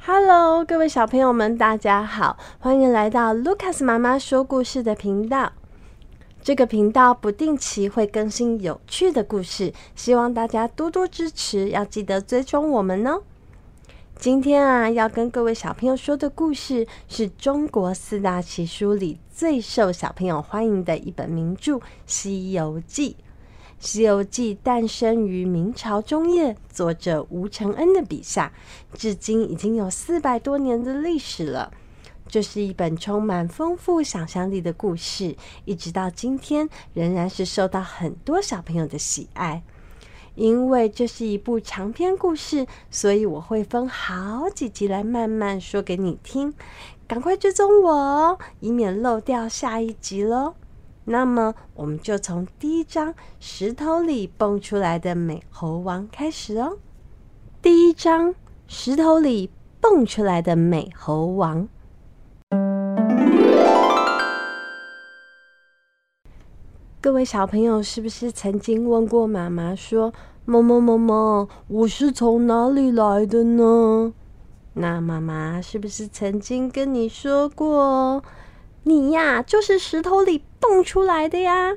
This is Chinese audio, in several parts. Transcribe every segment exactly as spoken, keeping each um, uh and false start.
Hello， 各位小朋友们，大家好，欢迎来到 Lucas 妈妈说故事的频道。这个频道不定期会更新有趣的故事，希望大家多多支持，要记得追踪我们哦。今天啊，要跟各位小朋友说的故事是中国四大奇书里最受小朋友欢迎的一本名著《西游记》。《西游记》诞生于明朝中叶，作者吴承恩的笔下，至今已经有四百多年的历史了。这是一本充满丰富想象力的故事，一直到今天仍然是受到很多小朋友的喜爱。因为这是一部长篇故事，所以我会分好几集来慢慢说给你听。赶快追踪我哦，以免漏掉下一集咯。那么我们就从第一章石头里蹦出来的美猴王开始哦。第一章石头里蹦出来的美猴王。各位小朋友是不是曾经问过妈妈说，妈妈妈妈，我是从哪里来的呢？那妈妈是不是曾经跟你说过，你呀就是石头里蹦出来的呀？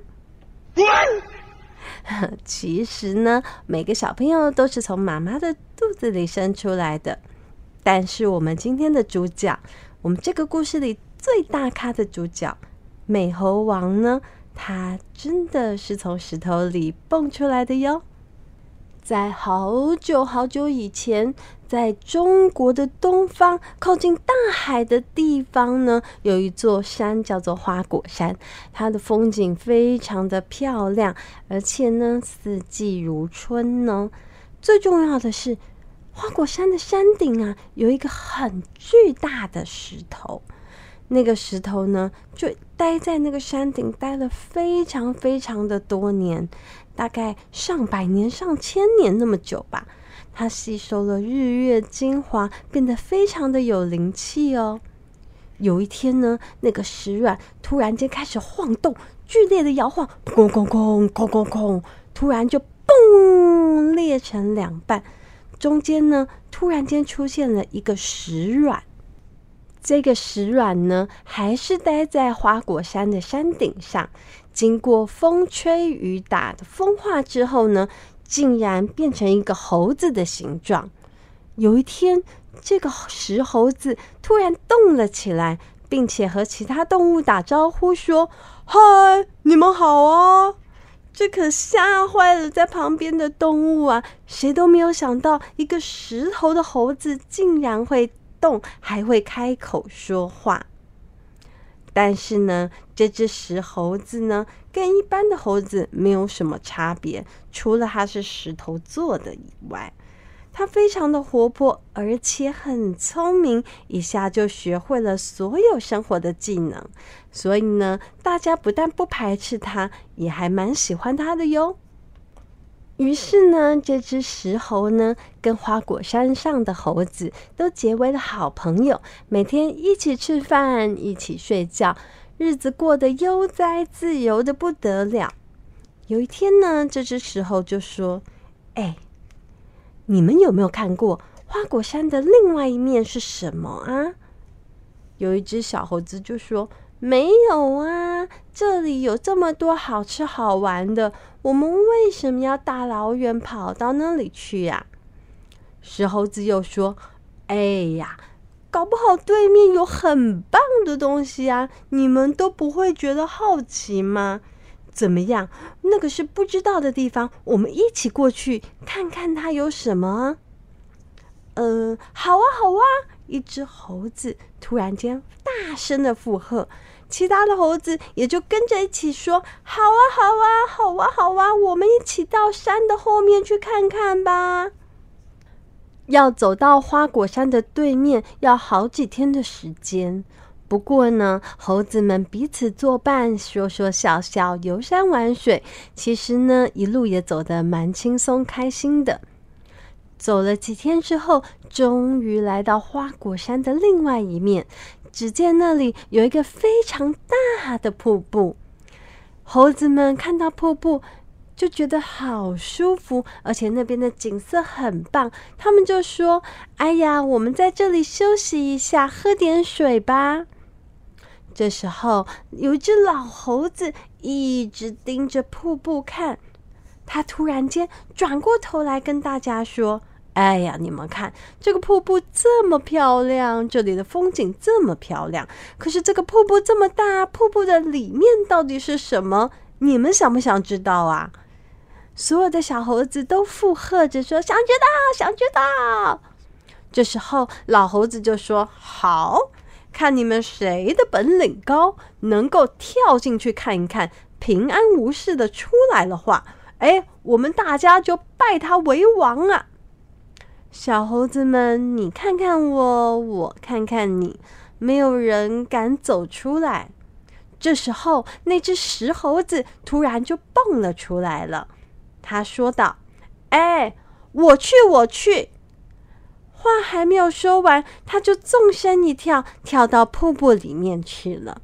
其实呢，每个小朋友都是从妈妈的肚子里生出来的。但是我们今天的主角，我们这个故事里最大咖的主角美猴王呢，他真的是从石头里蹦出来的哟。在好久好久以前，在中国的东方靠近大海的地方呢，有一座山叫做花果山，它的风景非常的漂亮，而且呢四季如春呢。最重要的是，花果山的山顶啊有一个很巨大的石头，那个石头呢就待在那个山顶待了非常非常的多年，大概上百年上千年那么久吧。它吸收了日月精华，变得非常的有灵气哦。有一天呢，那个石卵突然间开始晃动，剧烈的摇晃，空空空空空空，突然就嘣裂成两半，中间呢突然间出现了一个石卵。这个石卵呢，还是待在花果山的山顶上，经过风吹雨打的风化之后呢，竟然变成一个猴子的形状。有一天，这个石猴子突然动了起来，并且和其他动物打招呼说：“嗨，你们好啊！”这可吓坏了在旁边的动物啊，谁都没有想到一个石头的猴子竟然会动，还会开口说话。但是呢，这只石猴子呢，跟一般的猴子没有什么差别，除了它是石头做的以外，它非常的活泼，而且很聪明，一下就学会了所有生活的技能。所以呢，大家不但不排斥它，也还蛮喜欢它的哟。于是呢，这只石猴呢，跟花果山上的猴子都结为了好朋友，每天一起吃饭，一起睡觉，日子过得悠哉自由的不得了。有一天呢，这只石猴就说：“哎，你们有没有看过花果山的另外一面是什么啊？”有一只小猴子就说：“没有啊，这里有这么多好吃好玩的，我们为什么要大老远跑到那里去呀？”石猴子又说：“哎呀，搞不好对面有很棒的东西啊，你们都不会觉得好奇吗？怎么样，那个是不知道的地方，我们一起过去看看它有什么啊？”呃，好啊好啊，一只猴子突然间大声的附和，其他的猴子也就跟着一起说：“好啊好啊好啊好啊，我们一起到山的后面去看看吧。”要走到花果山的对面要好几天的时间，不过呢，猴子们彼此作伴，说说笑笑，游山玩水，其实呢，一路也走得蛮轻松开心的。走了几天之后，终于来到花果山的另外一面，只见那里有一个非常大的瀑布。猴子们看到瀑布， 就觉得好舒服，而且那边的景色很棒。他们就说：“哎呀，我们在这里休息一下，喝点水吧。”这时候，有一只老猴子一直盯着瀑布看。他突然间转过头来跟大家说：“哎呀，你们看，这个瀑布这么漂亮，这里的风景这么漂亮，可是这个瀑布这么大，瀑布的里面到底是什么？你们想不想知道啊？”所有的小猴子都附和着说：“想知道，想知道。”这时候，老猴子就说：“好，看你们谁的本领高，能够跳进去看一看，平安无事的出来的话，哎，我们大家就拜他为王啊！”小猴子们，你看看我，我看看你，没有人敢走出来。这时候，那只石猴子突然就蹦了出来了。他说道：“哎，我去，我去！”话还没有说完，他就纵身一跳，跳到瀑布里面去了。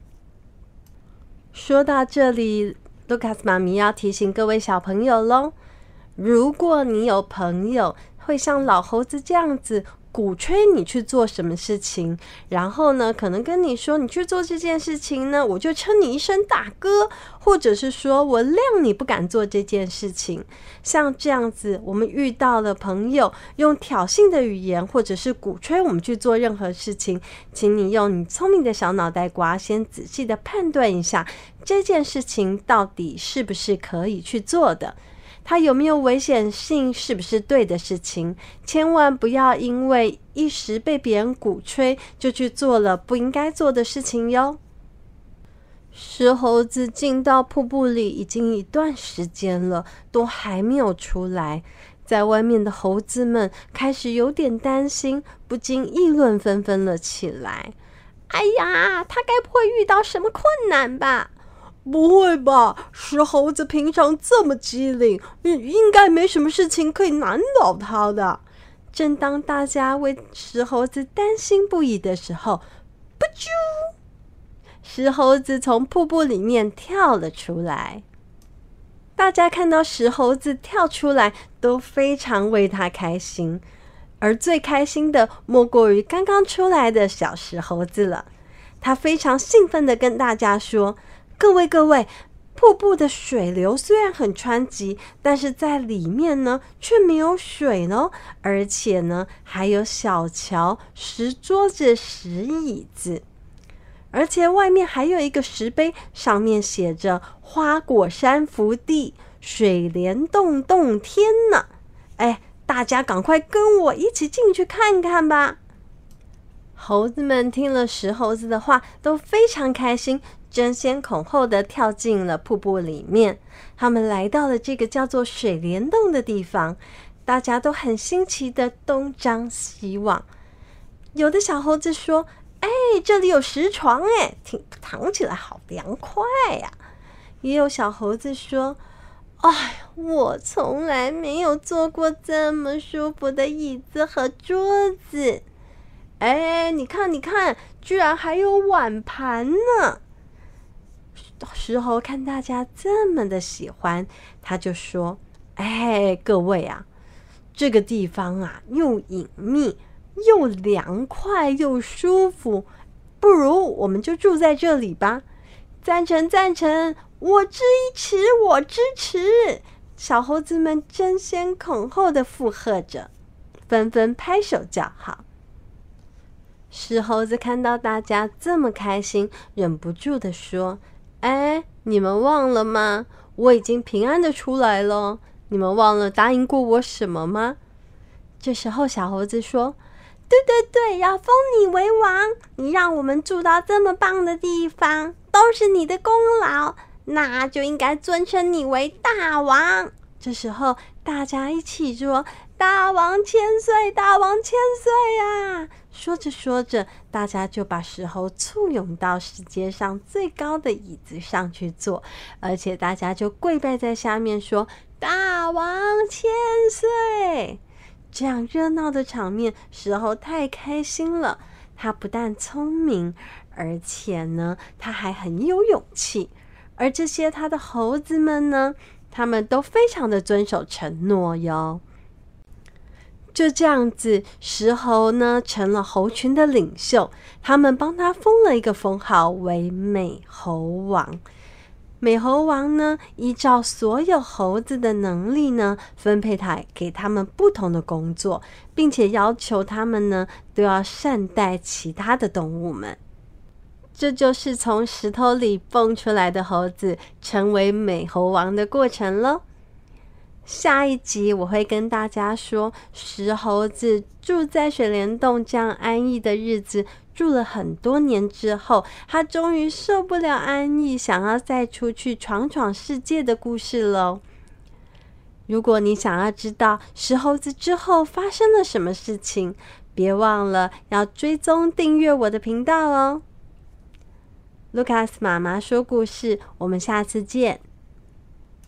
说到这里，卢卡斯妈咪要提醒各位小朋友咯，如果你有朋友会像老猴子这样子鼓吹你去做什么事情，然后呢，可能跟你说你去做这件事情呢，我就称你一声大哥，或者是说我谅你不敢做这件事情。像这样子，我们遇到了朋友用挑衅的语言，或者是鼓吹我们去做任何事情，请你用你聪明的小脑袋瓜，先仔细的判断一下这件事情到底是不是可以去做的。它有没有危险性，是不是对的事情，千万不要因为一时被别人鼓吹就去做了不应该做的事情哟。石猴子进到瀑布里已经一段时间了，都还没有出来。在外面的猴子们开始有点担心，不禁议论纷纷了起来。哎呀，他该不会遇到什么困难吧？不会吧，石猴子平常这么机灵，应该没什么事情可以难倒他的。正当大家为石猴子担心不已的时候，噗啾，石猴子从瀑布里面跳了出来。大家看到石猴子跳出来，都非常为他开心，而最开心的莫过于刚刚出来的小石猴子了。他非常兴奋地跟大家说：“各位各位，瀑布的水流虽然很湍急，但是在里面呢却没有水呢，而且呢还有小桥、石桌子、石椅子，而且外面还有一个石碑，上面写着花果山福地，水帘洞洞天呢。哎，大家赶快跟我一起进去看看吧。”猴子们听了石猴子的话，都非常开心，争先恐后的跳进了瀑布里面。他们来到了这个叫做水帘洞的地方，大家都很新奇的东张西望。有的小猴子说：“哎，这里有石床哎，挺躺起来好凉快呀。”也有小猴子说：“哎，我从来没有坐过这么舒服的椅子和桌子。哎，你看你看，居然还有碗盘呢。”石猴看大家这么的喜欢，他就说：“哎，各位啊，这个地方啊，又隐秘又凉快又舒服，不如我们就住在这里吧。”赞成赞成，我支持我支持。小猴子们争先恐后的附和着，纷纷拍手叫好。石猴子看到大家这么开心，忍不住的说：“哎，你们忘了吗？我已经平安的出来了。你们忘了答应过我什么吗？”这时候小猴子说：“对对对，要封你为王，你让我们住到这么棒的地方，都是你的功劳，那就应该尊称你为大王。”这时候大家一起说：“大王千岁，大王千岁啊！”说着说着，大家就把石猴簇拥到世界上最高的椅子上去坐，而且大家就跪拜在下面说：“大王千岁！”这样热闹的场面，石猴太开心了。他不但聪明，而且呢，他还很有勇气。而这些他的猴子们呢， 他们都非常的遵守承诺哟。就这样子，石猴呢成了猴群的领袖，他们帮他封了一个封号为美猴王。美猴王呢，依照所有猴子的能力呢，分配他给他们不同的工作，并且要求他们呢都要善待其他的动物们。这就是从石头里蹦出来的猴子成为美猴王的过程咯。下一集我会跟大家说，石猴子住在水帘洞这样安逸的日子住了很多年之后，他终于受不了安逸，想要再出去闯闯世界的故事咯。如果你想要知道石猴子之后发生了什么事情，别忘了要追踪订阅我的频道哦。卢卡斯妈妈说故事，我们下次见。